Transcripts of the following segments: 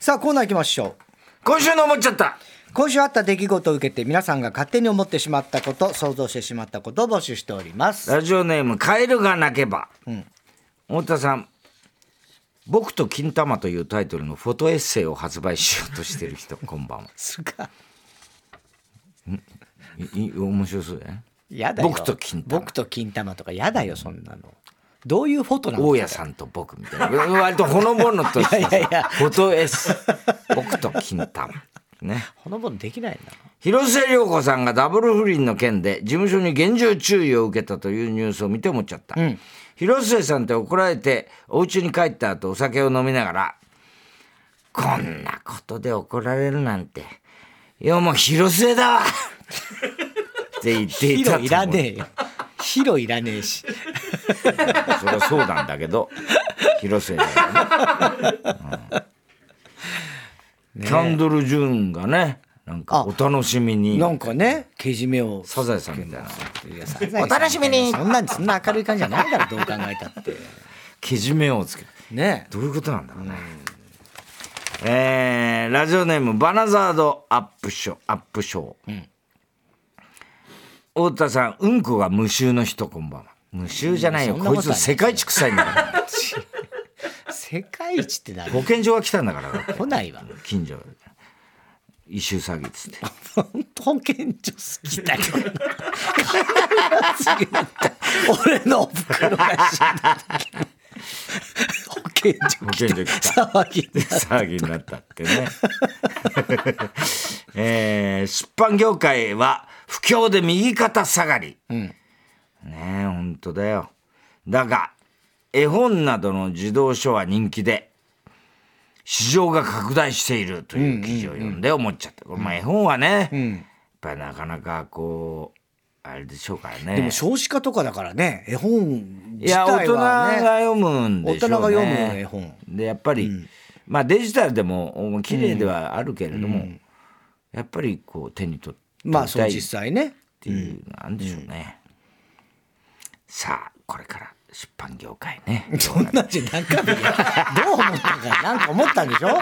さあコーナー行きましょう。 今週の思っちゃった。 今週あった出来事を受けて皆さんが勝手に思ってしまったこと、想像してしまったことを募集しております。 ラジオネームカエルが鳴けば、太田さん、僕と金玉というタイトルのフォトエッセイを発売しようとしてる人こんばんは。 すか面白そうだね。 やだよ。 僕と金玉とかやだよそんなの。どういうフォトなの？ 大家さんと僕みたいな割とほのぼのとしたフォトエッセイ。僕と金玉ね。 ほのぼのできないな。 広末涼子さんがダブル不倫の件で事務所に厳重注意を受けたというニュースを見て思っちゃった、広末さんって怒られてお家に帰った後お酒を飲みながら、こんなことで怒られるなんて、いやもう広末だわって言っていたと思う。 広いらねえよ。広いらねえしそれはそうなんだけど広末だよね。キャンドル・ジュンがね、なんかお楽しみに、 なんかね、けじめをサザエさんみたいな、 お楽しみに、そんな明るい感じじゃないだろ、どう考えたって。 けじめをつけるね、どういうことなんだろうね。ラジオネームバナザードアップショー、太田さん、うんこが無臭の人こんばんは。無臭じゃないよ、こいつ世界一臭いんだから世界一って何？ 保健所が来たんだから来ないわ、 近所異臭詐欺っつって保健所好きだよ俺の袋が死んだ保健所来た騒ぎになったってね出版業界は不況で右肩下がり、ねえ本当だよ。だが絵本などの児童書は人気で市場が拡大しているという記事を読んで思っちゃった。絵本はね、やっぱりなかなかこうあれでしょうからね。 でも少子化とかだからね、絵本自体はね、 いや大人が読むんでしょうね。 大人が読む絵本でやっぱり、デジタルでも綺麗ではあるけれども、やっぱりこう手に取ってそう実際ねっていうのなんでしょうね。さあこれから出版業界ね。 そんなんじゃ中身どう思ったかなんか思ったんでしょ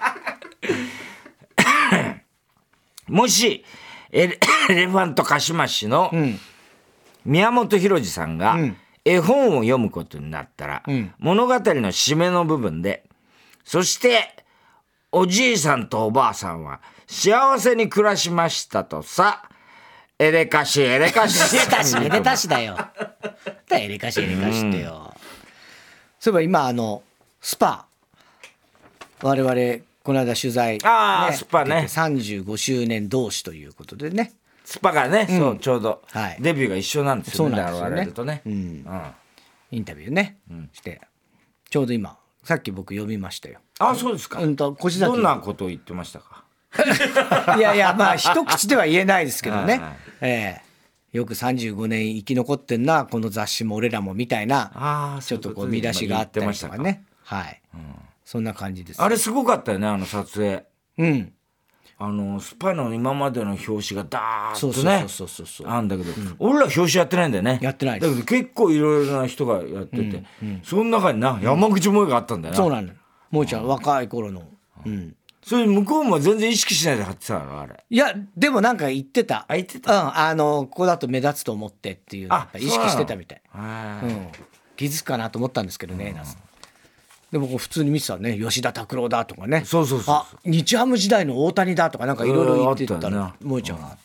もしエレファントカシマシの宮本浩次さんが絵本を読むことになったら、物語の締めの部分で、そしておじいさんとおばあさんは幸せに暮らしましたとさ、エレカシエレカシエレカシだよ。エレカシってよ。そういえば今スパ我々この間取材、 スパね 35周年同士ということでね、 スパがね、そうちょうどデビューが一緒なんですよね。 そうなんですよね。 我々とね、 インタビューね、してちょうど今さっき僕読みましたよ。 そうですか。 どんなことを言ってましたか。 いや一口では言えないですけどね、よく35年生き残ってんなこの雑誌も俺らもみたいな、ちょっとこう見出しがあったりとかね、そんな感じです。 あれすごかったよね、撮影。スパの今までの表紙がダーッとねあんだけど、俺ら表紙やってないんだよね。 やってないです。 だけど結構いろいろな人がやってて、その中に山口萌があったんだよな。 そうなんだよ、萌ちゃん若い頃の。 それ向こうも全然意識しないで貼ってたのあれ。 いやでもなんか言ってた。ここだと目立つと思ってっていうのやっぱ意識してたみたい。気づくかなと思ったんですけどね。でも普通に見てたね、吉田拓郎だとかね。 そう日ハム時代の大谷だとかなんかいろいろ言ってたら萌ちゃんがあって、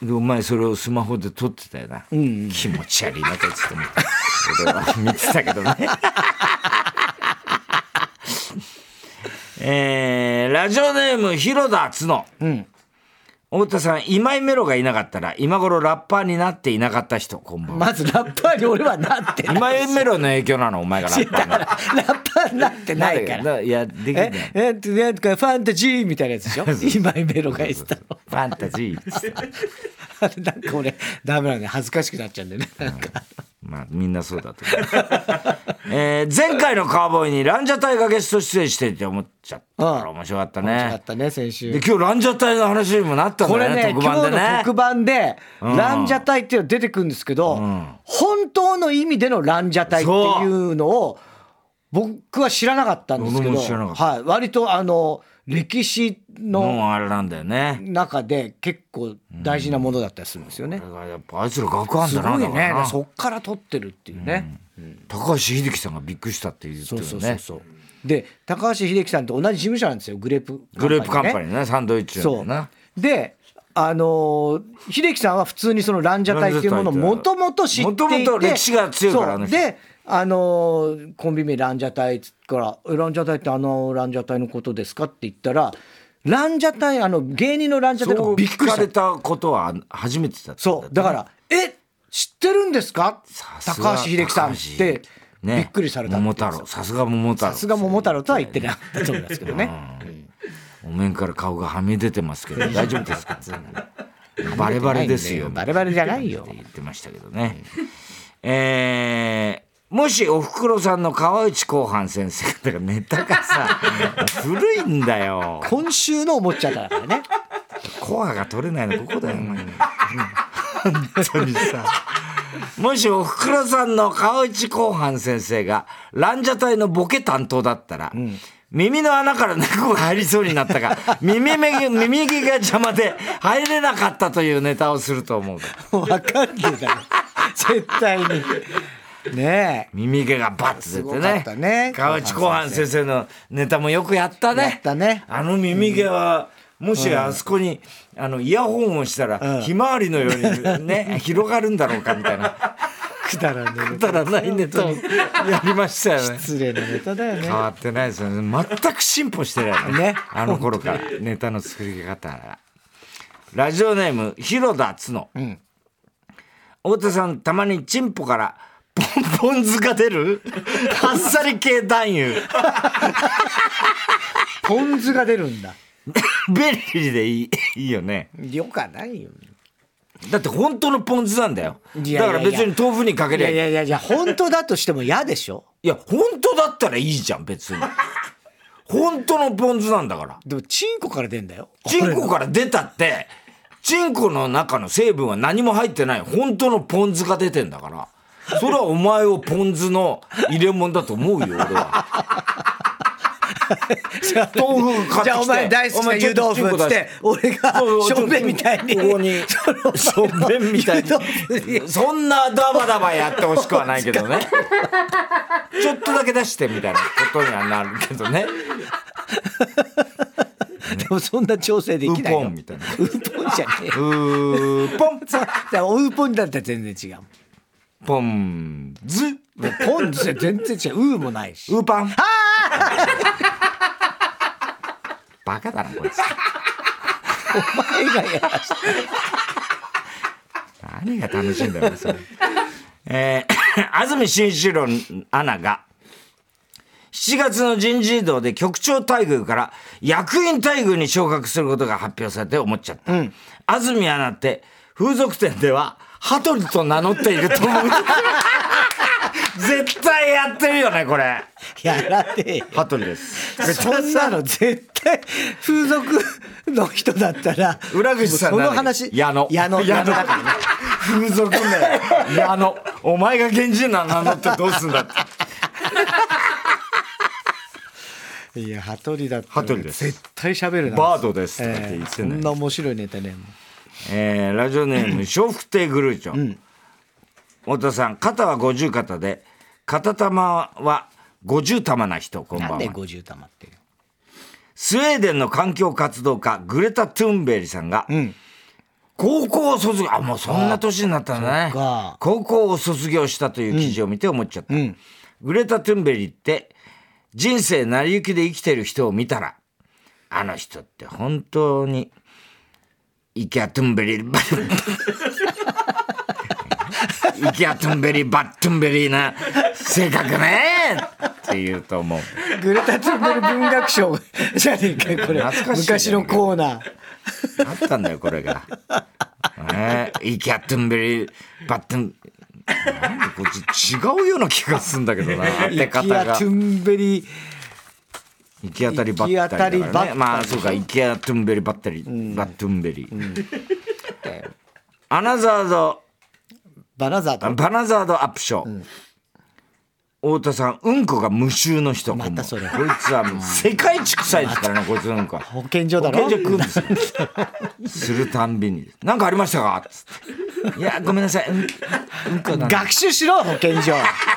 でお前それをスマホで撮ってたよな。気持ち悪いなこいつと思って俺は見てたけどね。ラジオネーム広田角、太田さん、今井メロがいなかったら今頃ラッパーになっていなかった人こんばんは。 まずラッパーに俺はなってない。 今井メロの影響なのお前がラッパーになって。 ラッパーになってないから。 いやできんだよ。 なんかファンタジーみたいなやつでしょ。今井メロが言ってたの。 ファンタジーなんか俺ダメなんで恥ずかしくなっちゃうんだよね。 みんなそうだと思う。前回のカーボーイにランジャタイがゲスト出演してって思っちゃったから面白かったね。 面白かったね先週。 で今日ランジャタイの話にもなったんだよね。 これね今日の特番でランジャタイっていうの出てくるんですけど、本当の意味でのランジャタイっていうのを僕は知らなかったんですけど、はい、割と歴史のあれなんだよね中で結構大事なものだったりするんですよね。 やっぱあいつら学あんだな。 すごいね。そっから取ってるっていうね、 高橋英樹さんがびっくりしたって言ってるよね。 そうで高橋英樹さんと同じ事務所なんですよ、グレープカンパニーね、サンドイッチのね。 で秀樹さんは普通にそのランジャタイっていうものをもともと知っていて、もともと歴史が強いからね。 でコンビ名ランジャタイからランジャタイってランジャタイのことですかって言ったら、ランジャタイ芸人のランジャタイがびっくりした。 そう聞かれたことは初めてだった。 そうだから知ってるんですか高橋英樹さんってびっくりされた。 桃太郎、さすが桃太郎。 さすが桃太郎とは言ってなかったと思うんですけどね。 お面から顔がはみ出てますけど大丈夫ですか？バレバレですよ。 バレバレじゃないよ。 言ってましたけどね。もしおふくろさんの川内広範先生だからネタがさ古いんだよ。 今週のおもちゃだからね。 コアが取れないのここだよ。本当にさ。もしおふくろさんの川内広範先生がランジャタイのボケ担当だったら、耳の穴から猫が入りそうになったが耳毛が邪魔で入れなかったというネタをすると思う。 分かんねえだろ絶対にね。 耳毛がバッと出てね。川内広範先生のネタもよくやったね。耳毛はもしあそこにイヤホンをしたらひまわりのようにね広がるんだろうかみたいなくだらないネタにやりましたよね。 失礼なネタだよね。 変わってないですよね。全く進歩してないね。あの頃からネタの作り方が。ラジオネーム広田つの。太田さん、たまにチンポからポン酢が出るあっさり系男優。 ポン酢が出るんだ。 便利でいいよね。 よかないよ。 だって本当のポン酢なんだよ。だから別に豆腐にかけりゃいい。 いや本当だとしても嫌でしょ。 いや本当だったらいいじゃん別に。本当のポン酢なんだから。 でもチンコから出んだよ。 チンコから出たってチンコの中の成分は何も入ってない本当のポン酢が出てんだから、それはお前をポン酢の入れ物だと思うよ俺は。豆腐買ってきて、 じゃあお前大好きな湯豆腐っつって俺がしょんべんみたいにここにしょんべんみたいにそんなダバダバやってほしくはないけどね。ちょっとだけ出してみたいなことにはなるけどね。 でもそんな調整できないよ。 ウーポンみたいな。 ウーポンじゃねえ。 ウーポン。 ウーポンだったら全然違う。 ポンズ。 ポンズ全然違う。ウーもないし。 ウーパン。バカだなこいつ。 お前がやらして何が楽しいんだよそれ。安住紳一郎アナが7月の人事異動で局長待遇から役員待遇に昇格することが発表されて思っちゃった。安住アナって風俗店では羽鳥と名乗っていると思う。絶対やってるよねこれ。 やらねえよ。 羽鳥です。 そんなの絶対風俗の人だったら裏口さんその話矢野だからね。 風俗名矢野お前が源氏名名乗ってどうすんだって。 いや羽鳥だったら羽鳥です絶対喋るな。 バードですとかって言ってね。 そんな面白いネタね。 ラジオネーム笑福亭グルーチョ。太田さん、肩は50肩で片玉は50玉な人。こんばんは。 なんで50玉っていう。 スウェーデンの環境活動家グレタ・トゥンベリさんが、高校を卒業、もうそんな年になったんだね。高校を卒業したという記事を見て思っちゃった。グレタ・トゥンベリって人生成り行きで生きてる人を見たら、あの人って本当にイケア・トゥンベリイケア・トゥンベリバットゥンベリな性格ねって言うと思う。 グレタ・トゥンベリ文学賞じゃねえかこれ。昔のコーナーあったんだよこれが。イケア・トゥンベリバットゥンなんでこっち違うような気がするんだけどな。当て方が。 イケア・トゥンベリ行き当たりばったりだからね。まあそうか、行き当たりばったり、バットゥンベリ。アナザードバナザードアップショー。 太田さん、うんこが無臭の人。 またそれ。 こいつはもう世界一臭いですからね、こいつのうんこ。 保健所だろ。 保健所来るんですよ。するたんびに。なんかありましたかつって。いや、ごめんなさい。うんこなんだ。 学習しろ、保健所。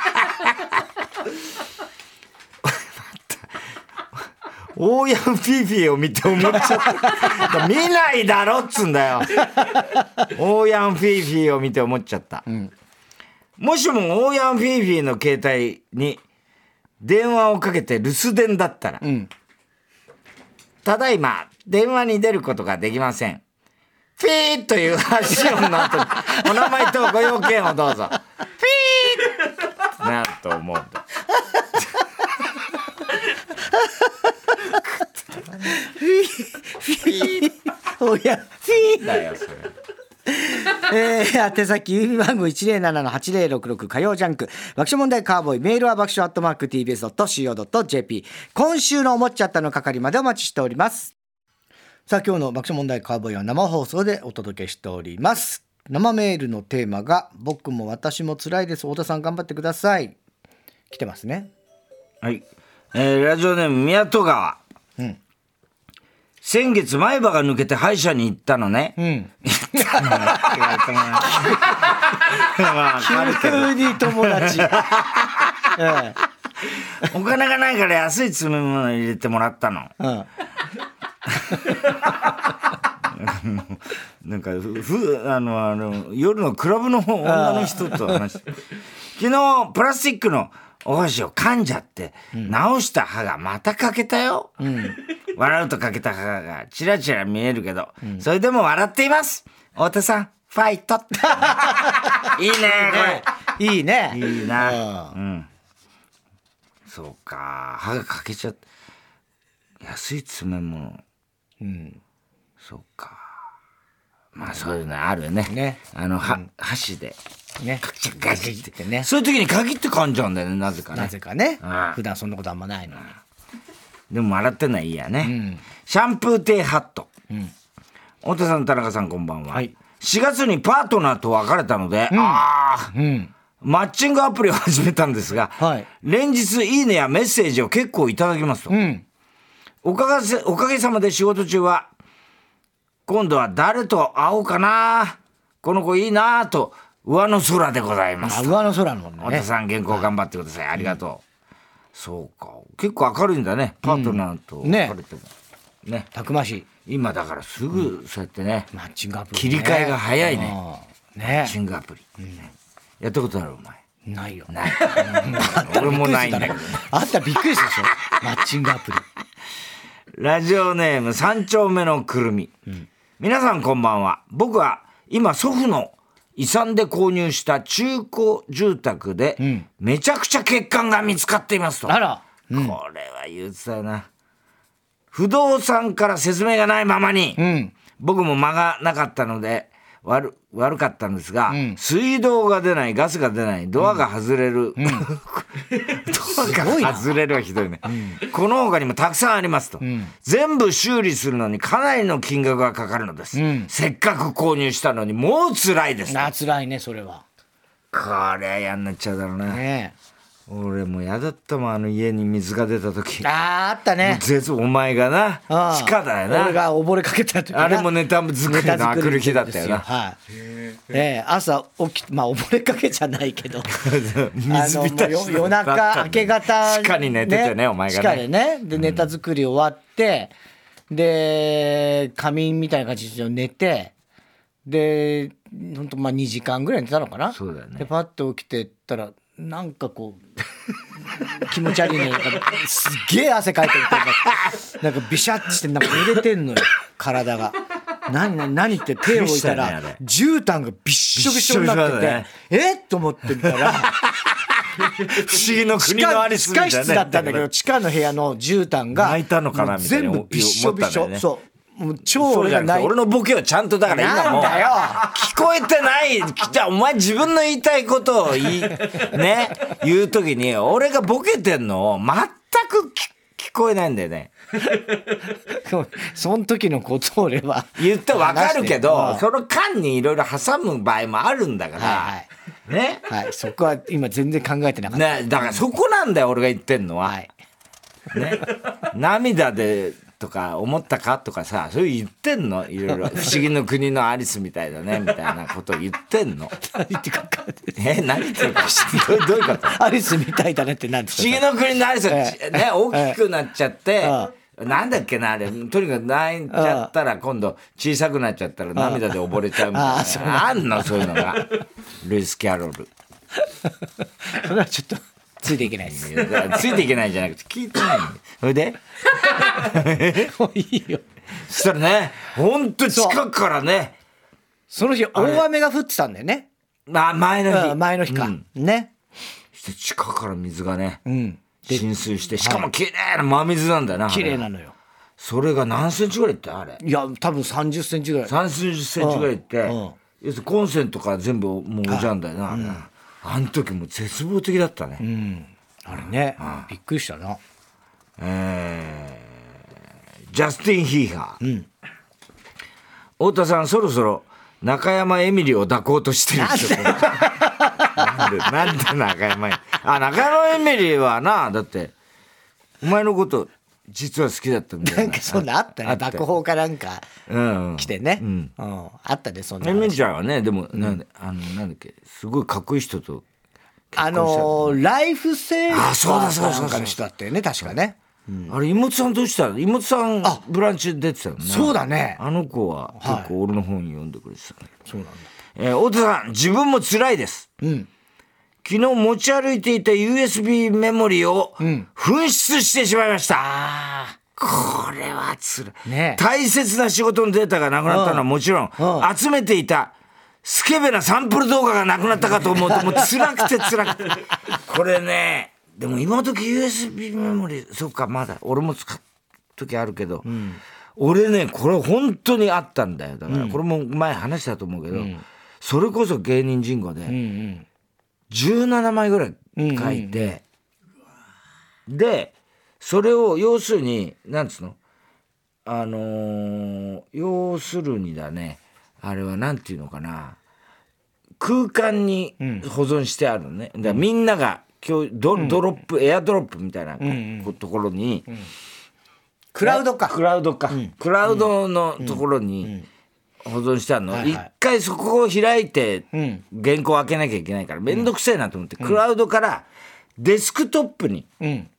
オーヤンフィーフィーを見て思っちゃった。見ないだろっつんだよ。オーヤンフィーフィーを見て思っちゃった。もしもオーヤンフィーフィーの携帯に電話をかけて留守電だったら、ただいま電話に出ることができません。フィーという発信音の後にお名前とご用件をどうぞ。フィーなると思うんだ。 フィーおやフィーだよそれ。 宛先郵便番号 107-8066 火曜ジャンク爆笑問題カーボーイメールは爆笑@tbs.co.jp 今週の思っちゃったの係までお待ちしております。さあ今日の爆笑問題カーボーイは生放送でお届けしております。生メールのテーマが僕も私も辛いです。太田さん頑張ってください。来てますね。 はい、ラジオネーム宮戸川、先月前歯が抜けて歯医者に行ったのね。 急に友達、 お金がないから安い詰め物入れてもらったの。なんか夜のクラブの女の人と話して昨日プラスチックのお箸を噛んじゃって、直した歯がまた欠けたよ。笑うと欠けた歯がチラチラ見えるけど、それでも笑っています。太田さんファイト。いいねこれ。いいね。 いいな。そうか、歯が欠けちゃった安い詰め物。そうか、まあそういうのあるね。箸でね、 ガキってね、そういう時に限って噛んじゃうんだよね、なぜかね。 普段そんなことあんまないのに。 でも笑ってんのはいいやね。シャンプーテーハット。太田さん、田中さん、こんばんは。4月にパートナーと別れたので、マッチングアプリを始めたんですが、連日いいねやメッセージを結構いただきますと。おかげさまで仕事中は今度は誰と会おうかな、この子いいなと上の空でございます。 上の空のね。 太田さん原稿頑張ってください。ありがとう。そうか、結構明るいんだね、パートナーと別れてもね。 たくましい。 今だからすぐそうやってね、 マッチングアプリ切り替えが早いね。マね。 ッチングアプリやったことあるお前？ ないよ。 ない。俺もないんだけどね。 あったらびっくりするでしょ、マッチングアプリ。 ラジオネーム三丁目のくるみ。皆さんこんばんは。僕は今祖父の遺産で購入した中古住宅でめちゃくちゃ欠陥が見つかっていますと。 あら、 これは憂鬱だよな。不動産から説明がないままに、僕も間がなかったので悪かったんですが、水道が出ない、ガスが出ない、ドアが外れる、ドアが外れるはひどいね、この他にもたくさんありますと、全部修理するのにかなりの金額がかかるのです、せっかく購入したのにもう辛いです。 辛いね、それは。 これやんなっちゃうだろうな、 ね。 俺も嫌だったもん、家に水が出た時。 あったね。 お前がな、地下だよな。 俺が溺れかけた時な。 あれもネタ作りのあくる日だったよな。 朝起きて、溺れかけじゃないけど水浸し夜中明け方地下に寝ててね、お前がね。 地下でね。でネタ作り終わって、で仮眠みたいな感じで寝て、で本当2時間ぐらい寝たのかな。 そうだよね。 でパッと起きてったらなんかこう気持ち悪いね。すっげえ汗かいてるなんかビシャッしてなんか濡れてんのよ、体が。何って手を置いたら絨毯がびっしょびしょになってて、と思ってみたら不思議の国のアリスみたいな、 地下室だったんだけど、地下の部屋の絨毯が泣いたのかなみたいな、 全部びっしょびしょ。そう、もう超俺がない。俺のボケはちゃんとだから今もう聞こえてない。じゃあお前自分の言いたいことを言う時に俺がボケてんのを全く聞こえないんだよね。 その時のことを俺は言ってわかるけど、その間にいろいろ挟む場合もあるんだから、 ね。 はい、そこは今全然考えてなかった。 ね、だからそこなんだよ、俺が言ってんのは。 はい。 ね。涙でとか思ったかとかさ、そういう言ってんの、いろいろ。不思議の国のアリスみたいだね、みたいなことを言ってんの。 何言ってか何言ってるかどういうことアリスみたいだねって何ですか。 不思議の国のアリス、ね、大きくなっちゃって、なんだっけな、あれ、とにかく泣いちゃったら、今度小さくなっちゃったら涙で溺れちゃうみたいな。あんの、そういうのが。ルイス・キャロル。 それはちょっとついていけないです。 ついていけないんじゃなくて聞いてないんだよ。それでもういいよ。 そしたらね、ほんと近くからね、 その日大雨が降ってたんだよね。 前の日か、ね。 近くから水がね、浸水して、しかも綺麗な真水なんだよな。 綺麗なのよ。 それが何センチぐらいいってあれ。 いや多分30センチぐらい。 30センチぐらいいって、要するにコンセントから全部もうおじゃんだよな。あの時も絶望的だったね。 あれね、びっくりしたな。 ジャスティン・ヒーハー。太田さん、そろそろ中山エミリを抱こうとしてるんですよ。なんで中山エミリはな、だってお前のこと実は好きだったんだよ。 なんかそんなあったね。爆砲かなんか来てね。あったでそんな。 エミリちゃんはね、でもなんだっけ、すごいかっこいい人とライフセーバーなんかの人だったよね、確かね。 あれ妹さんどうしたの？妹さんブランチ出てたよね。 そうだね。 あの子は結構俺の本読んでくれてたね。 そうなんだ。 太田さん、自分も辛いです。昨日持ち歩いていた USB メモリを紛失してしまいました。これは辛い、ね。大切な仕事のデータがなくなったのはもちろん、集めていたスケベなサンプル動画がなくなったかと思うともう辛くてこれね、でも今時 USB メモリ、そうか、まだ俺も使う時あるけど、俺ね、これ本当にあったんだよ。だからこれも前話したと思うけど、それこそ芸人人語で17枚ぐらい書いて、でそれを要するになんつうの、要するにだね、あれはなんていうのかな、空間に保存してあるのね。だからみんなが今日ドロップ、エアドロップみたいなところに、 クラウドか、 クラウドのところに保存してあるの。一回そこを開いて原稿を開けなきゃいけないからめんどくせえなと思って、クラウドからデスクトップに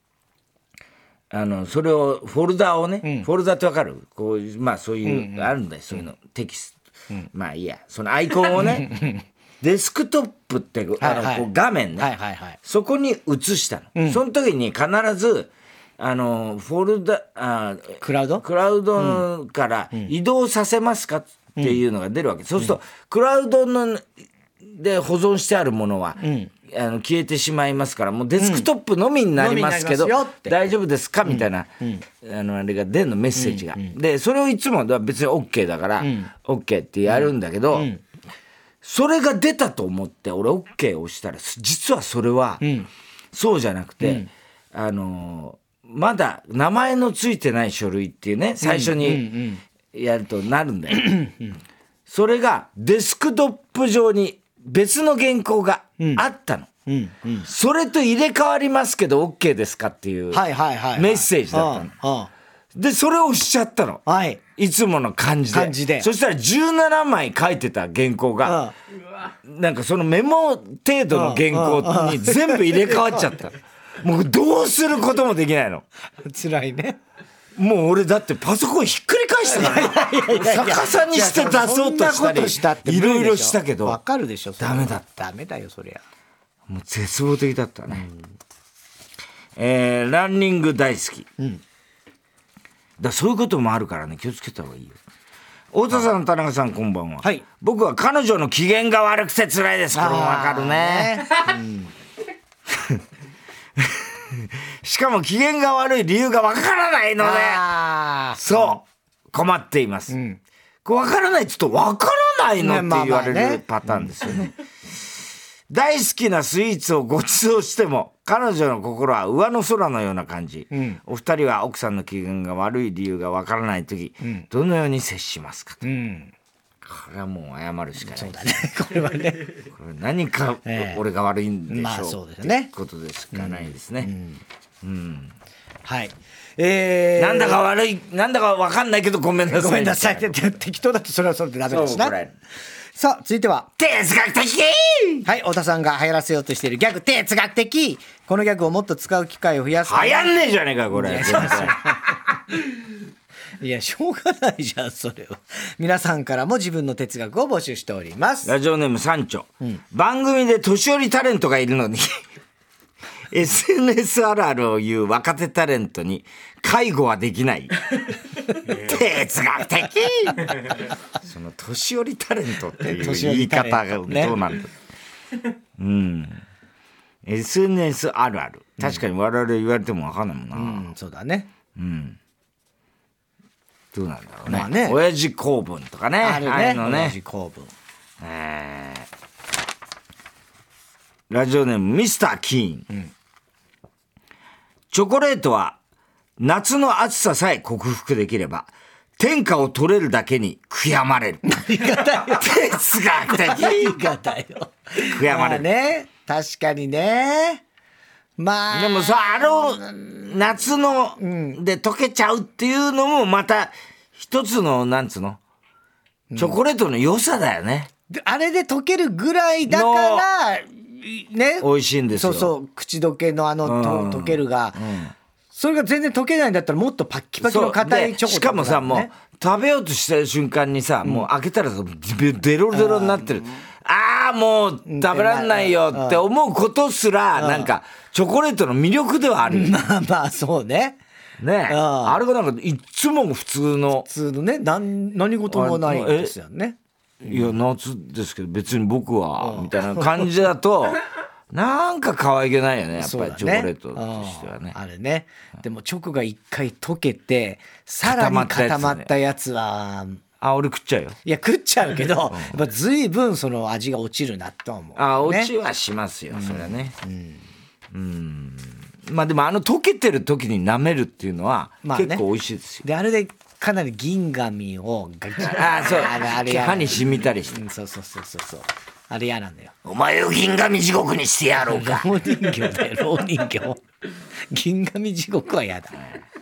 それをフォルダをね、フォルダってわかる？こうまあそういうあるんだよ、そういうのテキスト、まあいいや、そのアイコンをねデスクトップってこう画面ね、そこに移したの。その時に必ずフォルダクラウドから移動させますかっていうのが出るわけ。そうするとクラウドで保存してあるものは消えてしまいますから、もうデスクトップのみになりますけど、大丈夫ですかみたいなあれが出るの、メッセージが。でそれをいつも別に OK だから OK ってやるんだけど、それが出たと思って俺 OK を押したら、実はそれはそうじゃなくて、まだ名前のついてない書類っていうね、最初にやるとなるんだよ。それがデスクトップ上に別の原稿があったの。それと入れ替わりますけど OK ですかっていうメッセージだったの。でそれを押しちゃったの、いつもの感じで。そしたら17枚書いてた原稿がなんかそのメモ程度の原稿に全部入れ替わっちゃったもうどうすることもできないの。 辛いね。 もう俺だってパソコンひっくり返したから逆さにして出そうとしたりいろいろしたけど分かるでしょ。 ダメだった。 ダメだよそりゃ。 もう絶望的だったね。ランニング大好き、だそういうこともあるからね、気をつけた方がいいよ。太田さん、田中さん、こんばんは。僕は彼女の機嫌が悪くて辛いです。これも分かるね。しかも機嫌が悪い理由がわからないので、そう困っています。これわからないって言うとわからないのって言われるパターンですよね。大好きなスイーツをご馳走しても彼女の心は上の空のような感じ。お二人は奥さんの機嫌が悪い理由がわからないとき、どのように接しますかと。 これはもう謝るしかない。 そうだね。これはね。 これ何か俺が悪いんでしょう。 まあそうですね。 ってことでしかないですね。 はい。 なんだか悪い、なんだか分かんないけどごめんなさい。 ごめんなさい。適当だとそれはそれでダメですな。さあ続いては哲学的。 はい、太田さんが流行らせようとしているギャグ、哲学的。このギャグをもっと使う機会を増やす。 流行んねえじゃねえかこれ。 いやしょうがないじゃんそれは。皆さんからも自分の哲学を募集しております。 ラジオネームサンチョ、番組で年寄りタレントがいるのにSNS あるあるを言う若手タレントに介護はできない哲学的。その年寄りタレントっていう言い方がどうなんだ、SNS あるある、確かに我々言われても分かんないもんな。 そうだね。 どうなんだろうね。まあね、親父公文とかね。 あるね。あのね、親父公文。 ラジオネームミスター・キーン、チョコレートは夏の暑ささえ克服できれば天下を取れるだけに悔やまれる。 何がだよ。 哲学的。 何がだよ。 悔やまれる。 まあね、確かにね。まあ。 でもさ、夏の、で溶けちゃうっていうのもまた一つの、なんつうの、チョコレートの良さだよね。 あれで溶けるぐらいだから、ね。 美味しいんですよ。 そうそう、口どけの溶けるが、それが全然溶けないんだったらもっとパッキパキの硬いチョコ、ね、 しかもさ、もう食べようとした瞬間にさ、もう開けたらデロデロになってる。ああもう食べらんないよって思うことすらなんかチョコレートの魅力ではあるよ。 まあまあそうね。 ねえ、あれがなんかいつも普通のね、何事もないですよね。 いや夏ですけど別に僕はみたいな感じだとなんか可愛げないよね、やっぱりチョコレートとしてはね。 あれね。でもチョコが一回溶けてさらに固まったやつは、 俺食っちゃうよ。 いや食っちゃうけど、やっぱ随分その味が落ちるなと思う、 ね。落ちはしますよ、それはね。まあでも溶けてる時に舐めるっていうのは結構美味しいですよ。 であれでかなり銀紙をそう歯に染みたりして、 そうあれ嫌なんだよ。 お前を銀紙地獄にしてやろうか。 老人形だよ、老人形。銀紙地獄は嫌だ。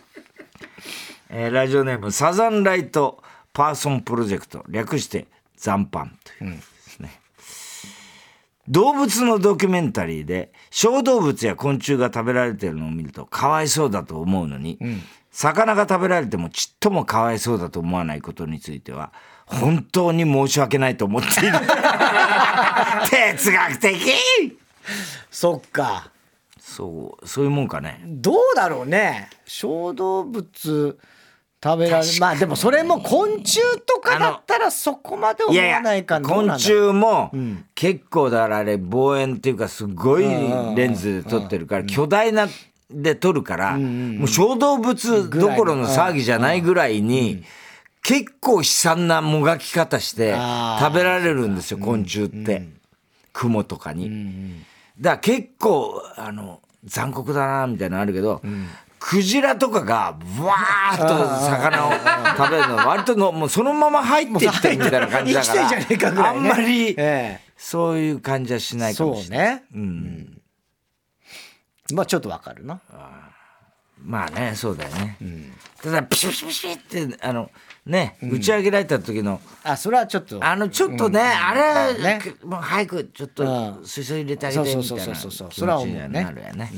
ラジオネームサザンライトパーソンプロジェクト、略して残飯というですね、動物のドキュメンタリーで小動物や昆虫が食べられているのを見るとかわいそうだと思うのに、魚が食べられてもちっともかわいそうだと思わないことについては本当に申し訳ないと思っている。哲学的。 そっか、 そういうもんかね。 どうだろうね。小動物食べられる、まあでもそれも昆虫とかだったらそこまで思わないかな。 昆虫も結構だからあれ望遠っていうかすごいレンズで撮ってるから巨大なで撮るからもう小動物どころの騒ぎじゃないぐらいに結構悲惨なもがき方して食べられるんですよ、昆虫って。雲とかに。だから結構残酷だなみたいなのあるけど、クジラとかがわーっと魚を食べるの割ともうそのまま入っていってるみたいな感じだからあんまりそういう感じはしないかもしれない。そうね。 まあちょっとわかるな。 まあね、そうだよね。ただピシピシピシってね、打ち上げられた時のそれはちょっとちょっとね、あれもう早くちょっと水槽入れてあげてみたいな気持ちになるよね。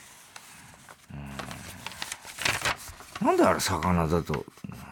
なんであれ魚だと。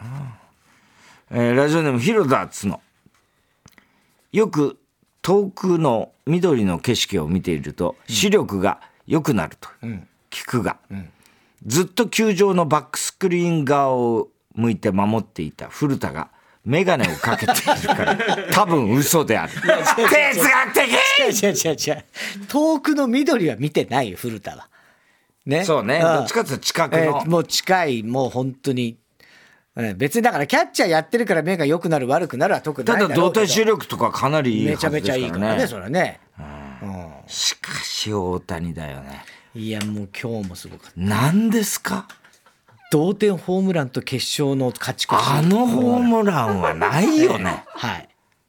ラジオネーム広田つの。よく遠くの緑の景色を見ていると視力が良くなると聞くが、ずっと球場のバックスクリーン側を向いて守っていた古田がメガネをかけているから多分嘘である。哲学的。 違う。遠くの緑は見てないよ古田は。ね、 そうね、どっちかっていうと近くの、 もう近い、もう本当に、別にだからキャッチャーやってるから目が良くなる悪くなるは特にないんだろうけど、 ただ動体視力とかかなりいいはずですからね。めちゃめちゃいいからね、それはね。しかし大谷だよね。 いやもう今日もすごかった。 何ですか。 同点ホームランと決勝の勝ち越し。 ホームランはないよね。 はい。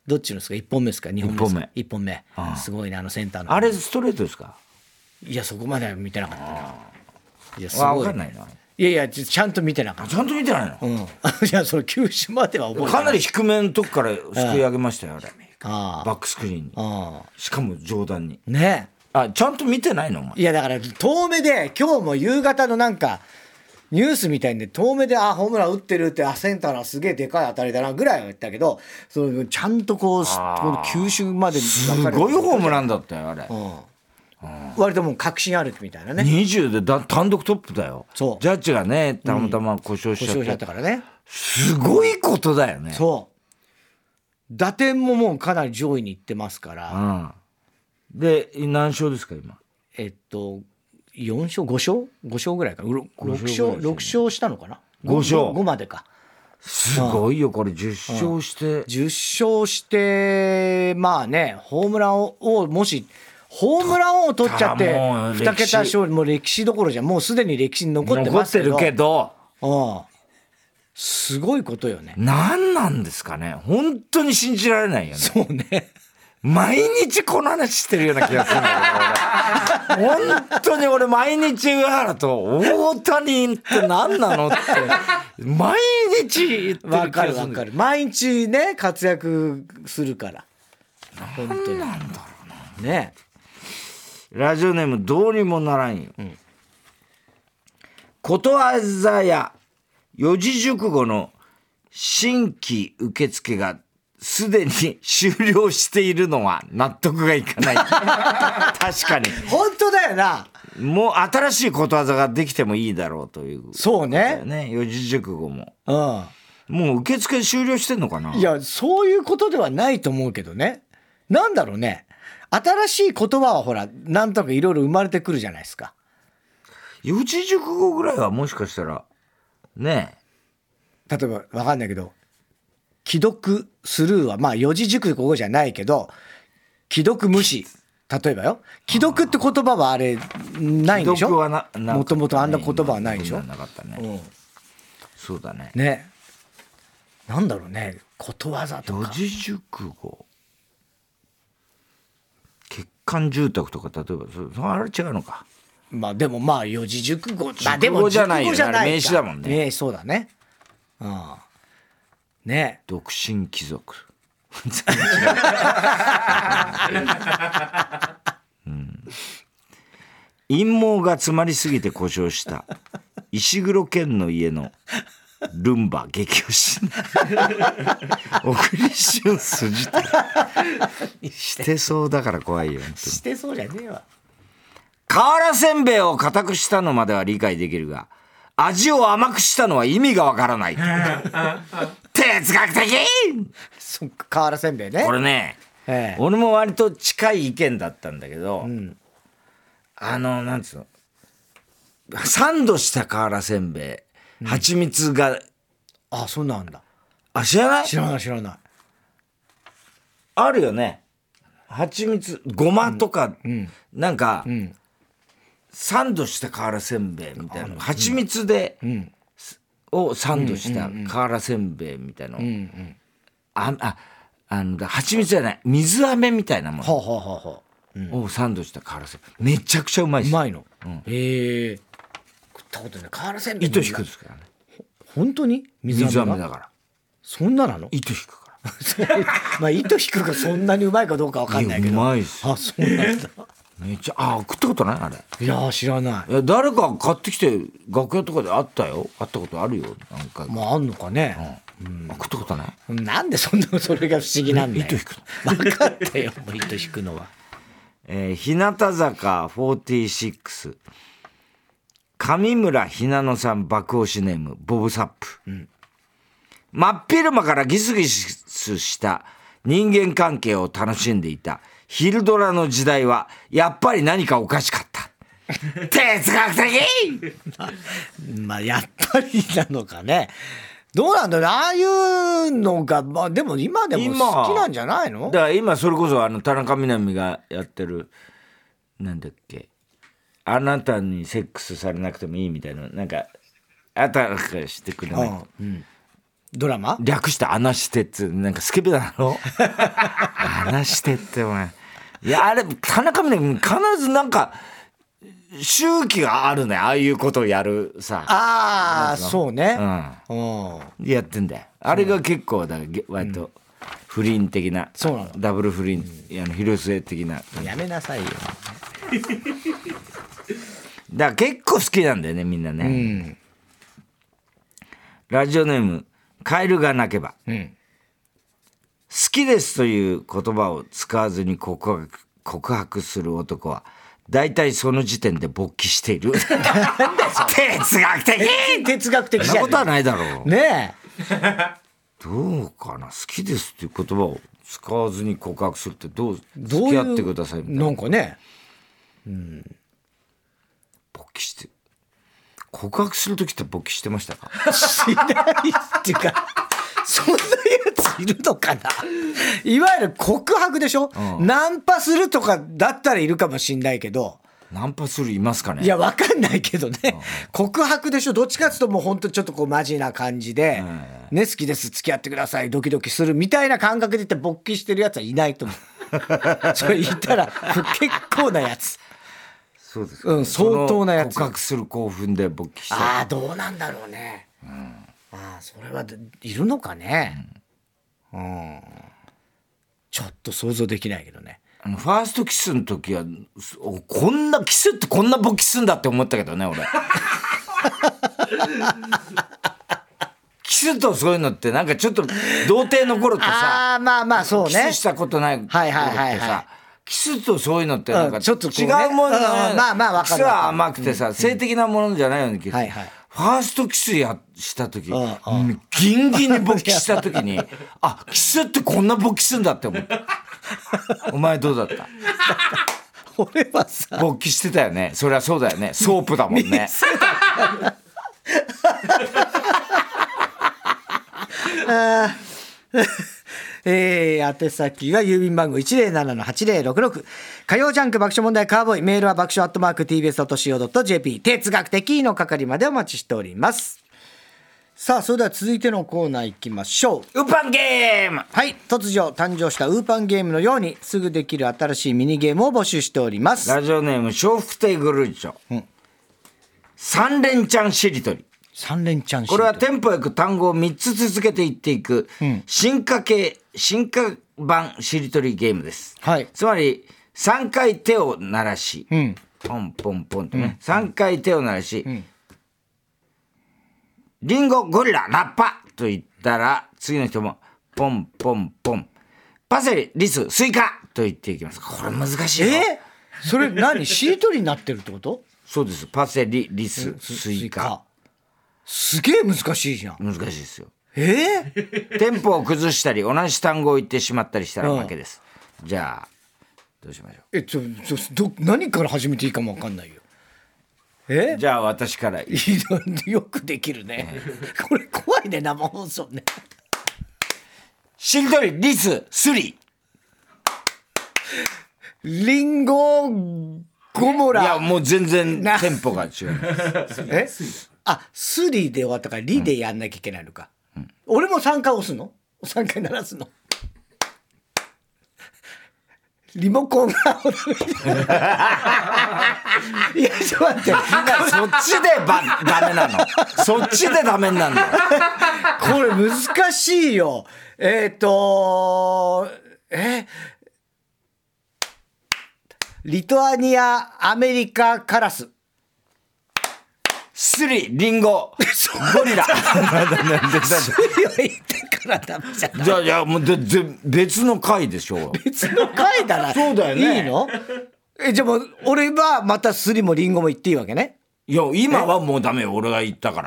どっちのですか、1本目ですか、2本目ですか。1本目、すごいね、センターの。 あれストレートですか？ いや、そこまでは見てなかったな。 いや、すごい。分かんないな。 いやちゃんと見てなかった。 ちゃんと見てないの？ いや、その球種までは覚えてない。 かなり低めのとこからすくい上げましたよ、あれ。バックスクリーンに。しかも上段に。 ね。 ちゃんと見てないのお前。 いや、だから遠目で今日も夕方のなんかニュースみたいんで、遠目でホームラン打ってるって、センターのすげえでかい当たりだなぐらいは言ったけど、そのちゃんとこの球種まですごいホームランだったよあれ。 割ともう確信あるみたいなね。 20で単独トップだよ。 そう。 ジャッジがね、たまたま故障しちゃって。 故障しちゃったからね。 すごいことだよね。 そう。打点ももうかなり上位に行ってますから。 で、何勝ですか今？ 4勝5勝ぐらいか。6勝したのかな。 5勝。 5までか。 すごいよこれ。10勝して。 10勝してまあね、ホームランをもしホームラン王取っちゃって2桁勝利、もう歴史どころじゃ、もうすでに歴史に残ってますけど。 残ってるけど。 すごいことよね。 何なんですかね。本当に信じられないよね。 そうね。 毎日この話してるような気がするんだけど、本当に俺毎日上原と大谷って何なのって毎日言ってる気がする。 わかるわかる。毎日ね活躍するから。 何なんだろうな。 ね。 ラジオネームどうにもならんよ。ことわざや四字熟語の新規受付がすでに終了しているのは納得がいかない。確かに。 本当だよな。 もう新しいことわざができてもいいだろうという。 そうね。 四字熟語も。もう受付終了してんのかな。 いや、そういうことではないと思うけどね。なんだろうね。新しい言葉はほら、なんとかいろいろ生まれてくるじゃないですか。 四字熟語ぐらいはもしかしたら、ねえ。例えば、わかんないけど、既読スルーは、まあ四字熟語じゃないけど、既読無視。例えばよ。既読って言葉はあれ、ないんでしょ？ 既読はもともとあんな言葉はないでしょ？ なかったね。そうだね。 ね。なんだろうね。ことわざとか。 四字熟語。欠陥住宅とか、例えば、あれ違うのか。 まあでもまあ四字熟語。 熟語じゃないよね。名詞だもんね。 そうだね。ね。 独身貴族。陰謀が詰まりすぎて故障した石黒賢の家のルンバ激推し。小栗旬筋してそうだから怖いよ。 してそうじゃねえわ。 瓦せんべいを固くしたのまでは理解できるが、味を甘くしたのは意味がわからない。哲学的。 そっか、瓦せんべいね。 これね、俺も割と近い意見だったんだけど、なんつうの、サンドした瓦せんべい、蜂蜜が、 そうなんだ。 知らない？ 知らない。 あるよね。蜂蜜、ごまとか、なんか、サンドした瓦せんべいみたいな、蜂蜜で、をサンドした瓦せんべいみたいなの。蜂蜜じゃない、水飴みたいなものをサンドした瓦せんべい。めちゃくちゃうまいです。 うまいの。へえ。食ったことない。瓦せんべい。 糸引くですからね。 本当に？ 水飴だから。 そんななの？ 糸引くから。 まあ糸引くがそんなにうまいかどうかわかんないけど。 うまいっす。 そうなんだ。 めっちゃ、食ったことないあれ。 いや知らない。 いや、誰か買ってきて楽屋とかであったよ。あったことあるよ。なんか。 まああんのかね。 食ったことない？ なんでそれが不思議なんだよ。 糸引くの。分かったよ。糸引くのは。 日向坂46。上村ひなのさん爆押しネームボブサップ。真っ昼間からギスギスした人間関係を楽しんでいた昼ドラの時代はやっぱり何かおかしかった。哲学的。 まあやっぱりなのかね。どうなんだろう、ああいうのが、まあでも今でも好きなんじゃないの？ だから今それこそ田中みな実がやってるなんだっけ、あなたにセックスされなくてもいいみたいな、なんかあたかしてくれない、 ドラマ略してアナシテってなんかスケベだろアナシテってお前いやあれ田中みな実必ずなんか周期があるねああいうことをやるさああそうね、 やってんだよあれが結構だから割と不倫的な、 そうなのダブル不倫、広末的なやめなさいよだから結構好きなんだよねみんなね、ラジオネームカエルが鳴けば、好きですという言葉を使わずに告白する男は大体その時点で勃起している哲学的哲学的じゃんそんなことはないだろうねえどうかな好きですっていう言葉を使わずに告白するってどう付き合ってくださいみたいななんかね勃起して告白するときって勃起してましたかしないっていうかそんなやついるのかないわゆる告白でしょ、ナンパするとかだったらいるかもしんないけどナンパするいますかねいやわかんないけどね、告白でしょどっちかっていうともうほんとちょっとこうマジな感じで、ね好きです付き合ってくださいドキドキするみたいな感覚で言って勃起してるやつはいないと思うそれ言ったら結構なやつそうですか、 相当なやつ告白する興奮で勃起したああどうなんだろうね、ああそれはいるのかね、ちょっと想像できないけどねファーストキスの時はこんなキスってこんな勃起すんだって思ったけどね俺キスとそういうのってなんかちょっと童貞の頃とさまあそうねキスしたことない頃ってさ、キスとそういうのってなんかちょっとこうね違うものだね、 まあ分かるキスは甘くてさ、性的なものじゃないような気がする、ファーストキスした時、ギンギンに勃起した時にあキスってこんな勃起すんだって思ったお前どうだった俺はさ勃起してたよねそりゃそうだよねソープだもんね宛先は郵便番号 107-8066 火曜ジャンク爆笑問題カーボーイメールは爆笑@tbs.co.jp 哲学的の係までお待ちしております。さあそれでは続いてのコーナー行きましょう。 ウーパンゲームはい突如誕生したウーパンゲームのようにすぐできる新しいミニゲームを募集しております。 ラジオネーム笑福亭グルーチョ、三連チャンしりとり三連チャンこれはテンポよく単語を3つ続けていっていく、進化版しりとりゲームです、つまり3回手を鳴らし、ポンポンポンとね、3回手を鳴らし、リンゴゴリララッパと言ったら次の人もポンポンポンパセリリススイカと言っていきます。これ難しいよ。 それ何しりとりになってるってこと？ そうです。パセリリススイカすげえ難しいじゃん。 難しいですよ。テンポを崩したり同じ単語を言ってしまったりしたら負けです、じゃあどうしましょう。 何から始めていいかも分かんないよ。 じゃあ私からよくできるね、これ怖いね生放送ね。 しりとりリススリリンゴゴモラ。 いやもう全然テンポが違うスリで終わったからリでやんなきゃいけないのか、俺も3回押すの3回鳴らすのリモコンがいやちょっと待ってそっちでダメなのそっちでダメになるのこれ難しいよ。リトアニアアメリカカラススリリンゴゴリラスリは言ってからダメじゃない。 じゃあいやもう別の回でしょ。 別の回だな。 そうだよね。 いいの？じゃあもう俺はまたスリもリンゴも言っていいわけね。 いや今はもうダメよ俺が言ったから、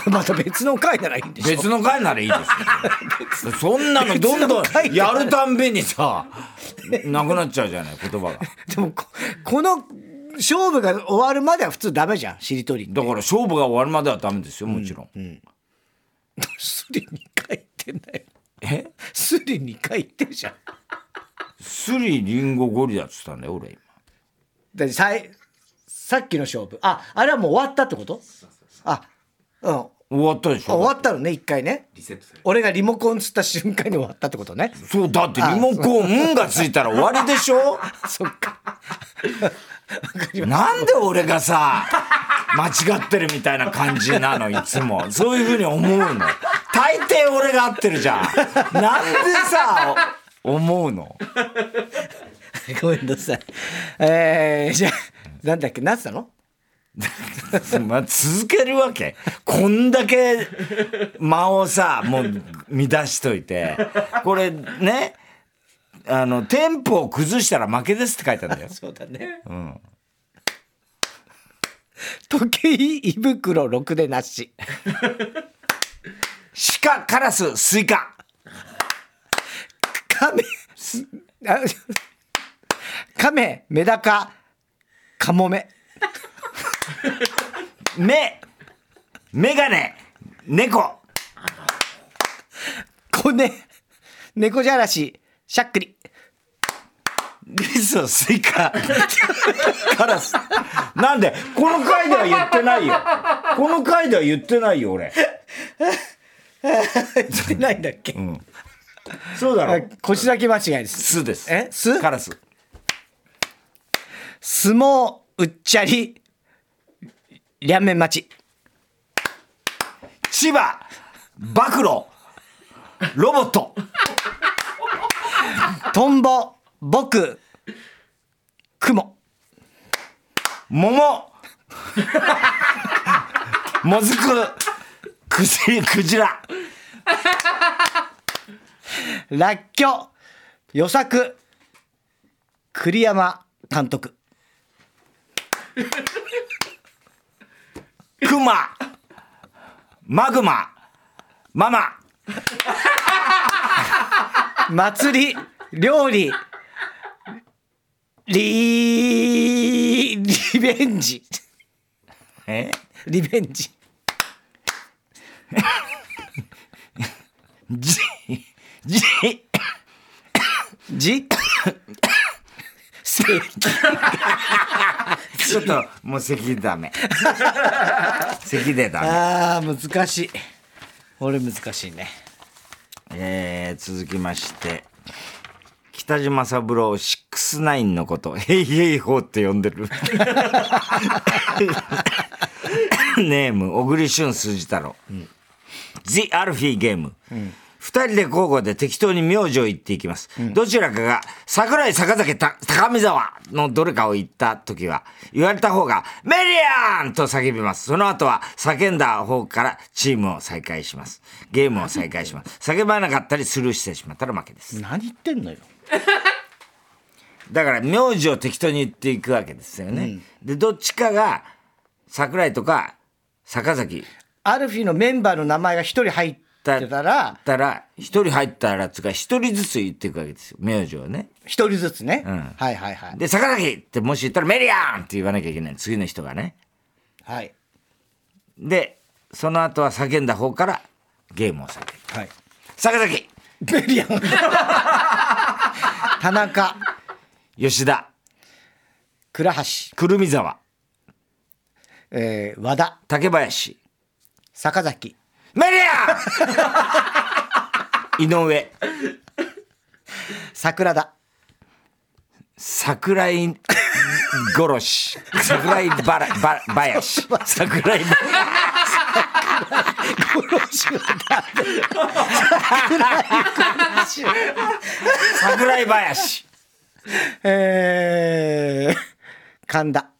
また別の回ならいいんでしょ。 別の回ならいいですよそんなのどんどんやるたんびにさなくなっちゃうじゃない言葉が。 でもこの勝負が終わるまでは普通ダメじゃんしりとりって。 だから勝負が終わるまではダメですよもちろん、 スリ2回言ってんだよ。スリ2回言ってるじゃん。 スリリンゴゴリラっつったんだよ俺今。 だってさっきの勝負あれはもう終わったってこと？ 終わったでしょ。 終わったのね、一回ね。俺がリモコンつった瞬間に終わったってことね。 そう、だってリモコンがついたら終わりでしょ。 そっか。 なんで俺がさ、間違ってるみたいな感じなの、いつも。そういうふうに思うの。大抵俺が合ってるじゃん。なんでさ、思うの。 ごめんなさい。じゃあ、なんだっけ、なんつったのまあ、続けるわけ。こんだけ間をさ、もう乱しといて。これね、テンポを崩したら負けですって書いてあるんだよ。 そうだね。 うん。 時計胃袋ろくでなし。 鹿、カラス、スイカ。 亀、メダカ、カモメ。 メガネ、猫。 子ね、猫じゃらし、しゃっくり。 リス、スイカ、カラス。なんでこの回では言ってないよ。この回では言ってないよ、俺。 言ってないんだっけ、 うん、そうだろ。 腰だけ間違いです。 スです。 スカラス。 相撲、うっちゃり、両面待ち。 千葉、暴露、ロボット。 トンボ、僕、雲。 桃、もずく、クジラ。 らっきょ、予作、栗山監督。 クマ、マグマ、ママ。 祭り、料理、リベンジ。リベンジ。 ちょっともう咳ダメ。咳でダメ。 ああ、難しい。俺難しいね。 続きまして北島三郎69のことヘイヘイホーって呼んでる。ネーム小栗旬筋太郎、The アルフィーゲーム、二人で交互で適当に名字を言っていきます。どちらかが桜井坂崎高見沢のどれかを言った時は、言われた方がメリアンと叫びます。その後は叫んだ方からチームを再開します。ゲームを再開します。叫ばなかったりスルーしてしまったら負けです。 何言ってんのよ。 だから名字を適当に言っていくわけですよね。で、どっちかが桜井とか坂崎。 アルフィーのメンバーの名前が一人入ってたら一人入ったらつか一人ずつ言っていくわけですよ、名字をね。 一人ずつね、はいはいはい。 で坂崎ってもし言ったらメリアンって言わなきゃいけない、次の人がね。 はい。 でその後は叫んだ方からゲームを再開。 はい。 坂崎、 メリアン。田中、 吉田、 倉橋、 くるみ沢、 和田、 竹林、 坂崎、 メリアン。井上、 桜田、 桜井殺し、桜井林、桜井桜井林、 神田、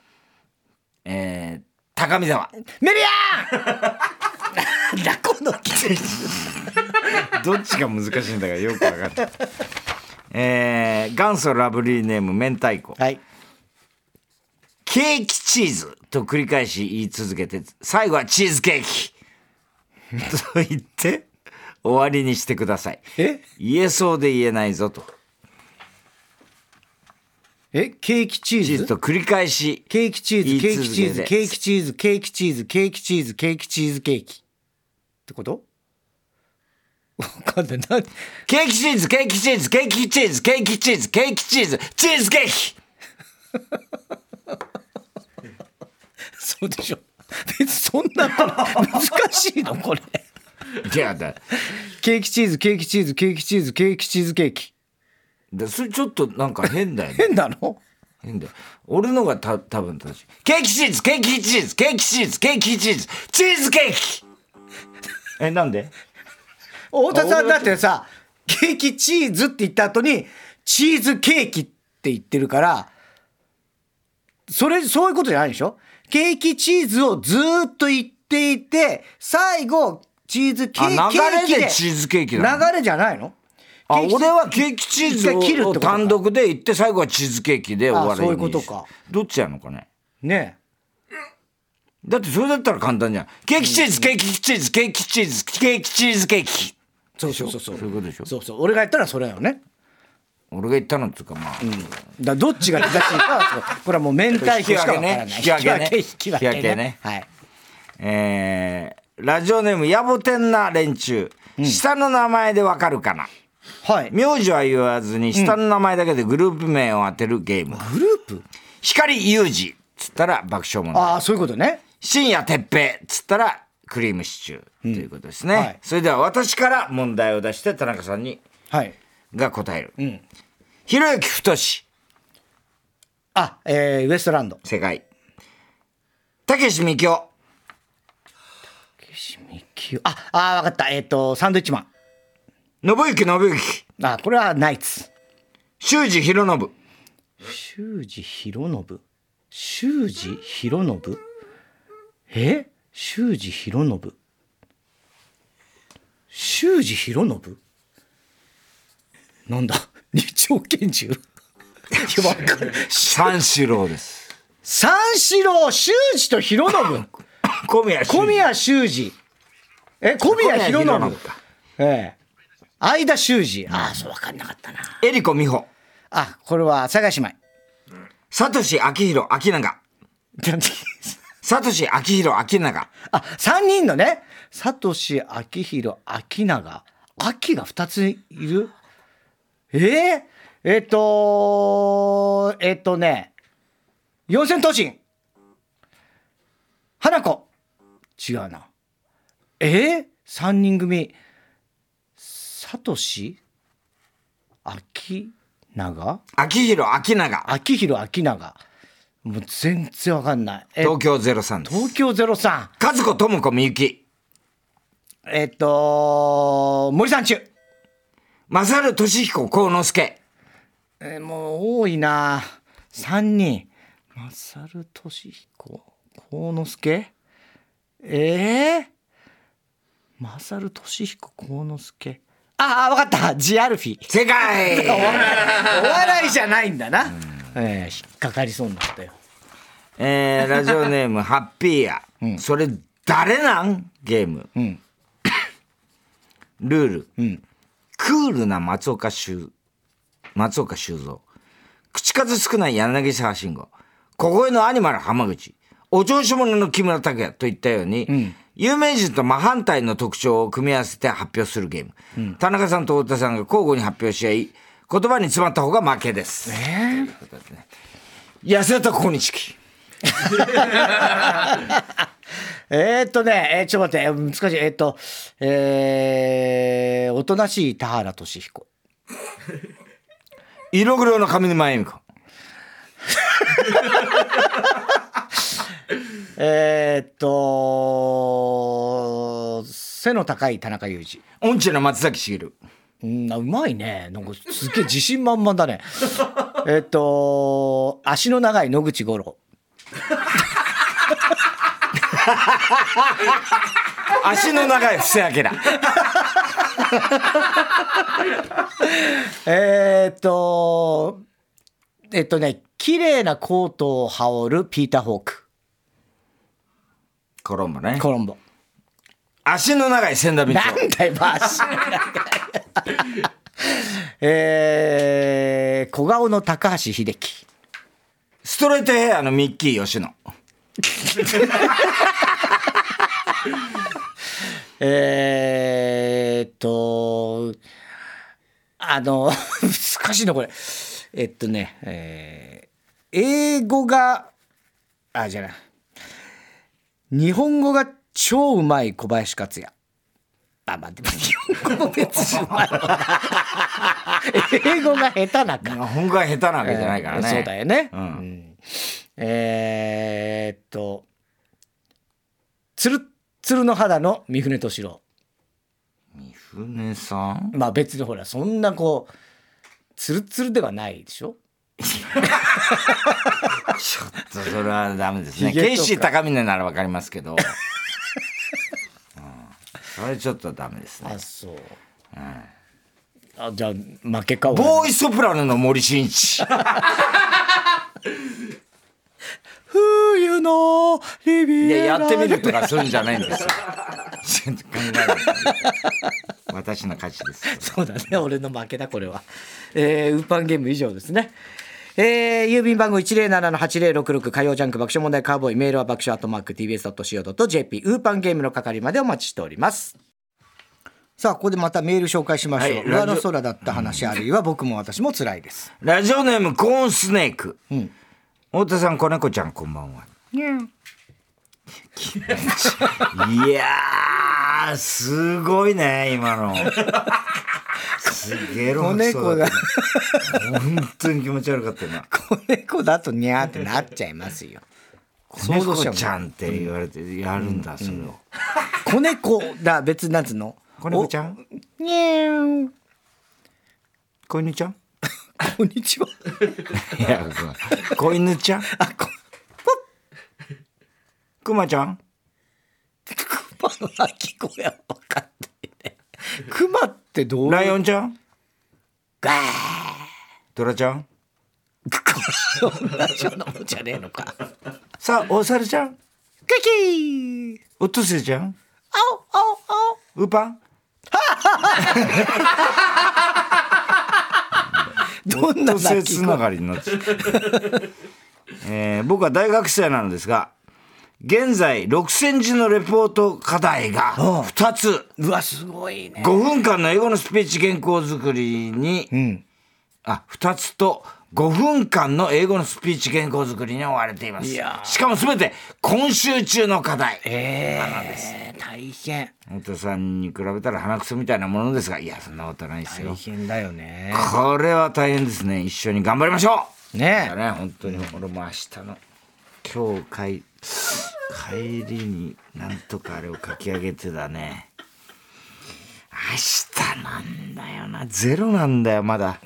高見沢、 メリアン。ラコの季節。 どっちが難しいんだかよく分かった。元祖ラブリーネーム明太子、 はい。 ケーキチーズと繰り返し言い続けて、最後はチーズケーキと言って終わりにしてください。言えそうで言えないぞと。 ケーキチーズ、 チーズと繰り返しケーキチーズ、ケーキチーズ、ケーキチーズ、ケーキチーズ、ケーキチーズ、ケーキチーズ、ケーキってこと？わかんない。何？ ケーキチーズ、ケーキチーズ、ケーキチーズ、ケーキチーズ、ケーキチーズ、チーズケーキ。 そうでしょ。 別にそんな難しいのこれ。 いやだケーキチーズケーキチーズケーキチーズケーキチーズケーキ。 それちょっとなんか変だよね。 変なの？ 変だよ。俺のが多分正しい。ケーキチーズケーキチーズケーキチーズケーキチーズチーズケーキ。なんで？ 太田さんだってさ、ケーキチーズって言った後にチーズケーキって言ってるから、そういうことじゃないでしょ？ケーキチーズをずーっと言っていて、最後チーズケーキ。 流れでチーズケーキなの？ 流れじゃないの？ 俺はケーキチーズを単独で言って最後はチーズケーキで終わる。 そういうことか。 どっちやのかね。 ねえ。 だってそれだったら簡単じゃん。ケーキチーズケーキチーズケーキチーズケーキチーズケーキ。 そうそういうことでしょ。 そう俺が言ったらそれだよね。 俺が言ったのっていうかまあ、 だどっちが正しいかはこれはもう明太子しかわからない。 引き分けね。 はい。 ラジオネーム野暮天な連中、下の名前でわかるかな。 はい。 名字は言わずに下の名前だけでグループ名を当てるゲーム。 グループ？ 光裕二っつったら爆笑問題。 ああ、そういうことね。 深夜哲平っつったらクリームシチューということですね。 はい、 それでは私から問題を出して田中さんに、が答える。ひろゆき太志。 ウエストランド。 正解。たけしみきお。 たけしみきお。わかった。サンドイッチマン。 信行。 これはナイツ。 修二博信。 修二博信。修二博信。修二博信。修二博信。なんだ二丁拳銃。 三四郎です。 三四郎、修二と博信。小宮修二。小宮博信。相田修二。そう分かんなかったな。 江里子美穂。 これは阿佐ヶ谷姉妹。 聡明宏明永。聡明宏明永。 3人のね。聡明宏明永。秋が2ついる？四千頭身。花子。違うな。3人組。聡明長？ 明宏明永。 明宏明永。もう全然わかんない。 東京03です。 東京03。 和子智子みゆき。 森三中。 勝俊彦幸之助。 もう多いな。3人。勝俊彦幸之助。勝俊彦幸之助。わかった。ジアルフィ。 正解。 お笑いじゃないんだな。引っかかりそうになったよ。 ラジオネームハッピーや。それ誰なんゲーム。ルール。クールな松岡修造。口数少ない柳沢慎吾。小声のアニマル浜口。お調子者の木村拓哉といったように、有名人と真反対の特徴を組み合わせて発表するゲーム。田中さんと太田さんが交互に発表し合い、言葉に詰まった方が負けです。安田小西。 ちょっと待って、難しい。おとなしい田原俊彦。 色黒の上沼恵美子。 背の高い田中裕二。 音痴の松崎しげる。 うまいね。なんかすげえ自信満々だね。足の長い野口五郎。 足の長い布施明。 綺麗なコートを羽織るピーター・ホーク。 コロンボね。 コロンボ。 足の長い千田光夫。 なんだよ、足の長い。小顔の高橋秀樹。 ストレートヘアのミッキー吉野。 難しいなこれ。英語がじゃない。 日本語が超うまい小林克也。まあでも日本語も別にうまい英語が下手なか。 日本語が下手なわけじゃないからね。 そうだよね。つるつるの肌の三船敏郎。 三船さん？ まあ別にほらそんなこうつるつるではないでしょ。 ちょっとそれはダメですね。ケイシー高峰ならわかりますけど、それちょっとダメですね。 あ、そう。あ、じゃあ負けか。 ボーイソプラノの森進一。 冬のリビエラ。 やってみるとかするんじゃないんですよ。ちょっと考えない。私の勝ちです。 そうだね、俺の負けだこれは。ウーパンゲーム以上ですね。郵便番号 107-8066 火曜ジャンク爆笑問題カーボーイ。メールは爆笑@tbs.co.jp。ウーパンゲームの係までお待ちしております。さあここでまたメール紹介しましょう、はい、上の空だった話、あるいは僕も私も辛いです。 ラジオネームコーンスネーク、太田さん子猫ちゃんこんばんは。いやーすごいね今の。すげえ子猫だ。 本当に気持ち悪かったな。 子猫だとニャーってなっちゃいますよ。 子猫ちゃんって言われてやるんだ、それを。 子猫だ、別になんつうの。 子猫ちゃん。 ニャー。 子犬ちゃん。 こんにちは。 いや、子犬ちゃん。クマちゃん。 クマの鳴き声は分かってね。クマってどう？ ライオンちゃん。 ガー。 トラちゃん。 同じようなもんじゃねえのか。 さあ、お猿ちゃん。 クキー。 オットセイちゃん。 青青青。 ウーパン。 どんな鳴きつながりになっちゃう。僕は大学生なのですが、現在6000字のレポート課題が2つ。 うわすごいね。 5分間の英語のスピーチ原稿作りに、2つと5分間の英語のスピーチ原稿作りに追われています。しかも全て今週中の課題。大変。 太田さんに比べたら鼻くそみたいなものですが、いやそんなことないですよ。 大変だよね。 これは大変ですね。一緒に頑張りましょう。 ね本当に俺も明日の今日帰りになんとかあれを書き上げてだね。明日なんだよな、ゼロなんだよまだ。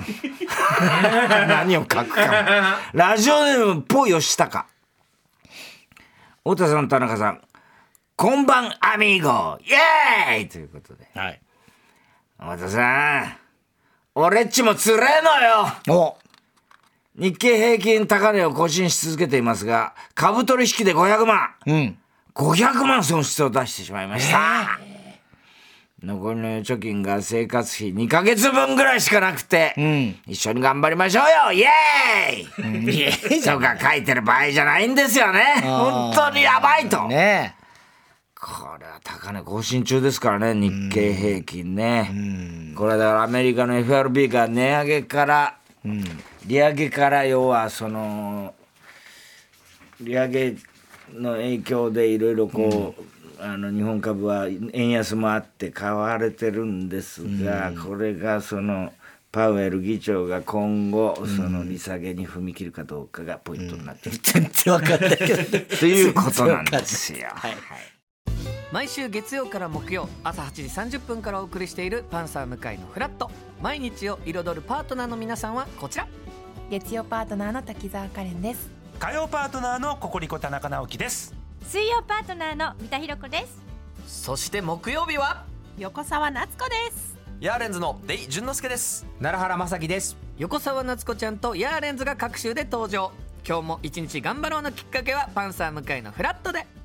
何を書くかも。ラジオネームポ吉高。太田さん、田中さん、こんばんアミーゴイエーイということで、 はい、 太田さん俺っちもつれえのよ。日経平均高値を更新し続けていますが、株取引で500万、500万損失を出してしまいました。残りの預貯金が生活費2ヶ月分ぐらいしかなくて、一緒に頑張りましょうよイエーイ、とか書いてる場合じゃないんですよね。本当にやばいと、これは高値更新中ですからね、日経平均ね。これだからアメリカの FRB が値上げから、利上げから、要はその利上げの影響でいろいろこう、日本株は円安もあって買われてるんですが、これがそのパウエル議長が今後その利下げに踏み切るかどうかがポイントになってる、 全然分かんないけどということなんですよ。 毎週月曜から木曜朝8時30分からお送りしているパンサー向井のフラット。毎日を彩るパートナーの皆さんはこちら。 月曜パートナーの滝沢カレンです。 火曜パートナーのココリコ田中直樹です。 水曜パートナーの三田寛子です。 そして木曜日は横澤夏子です。 ヤーレンズのデイ淳之介です。 奈良原雅樹です。 横澤夏子ちゃんとヤーレンズが各週で登場。今日も一日頑張ろうのきっかけはパンサー向井のフラットで。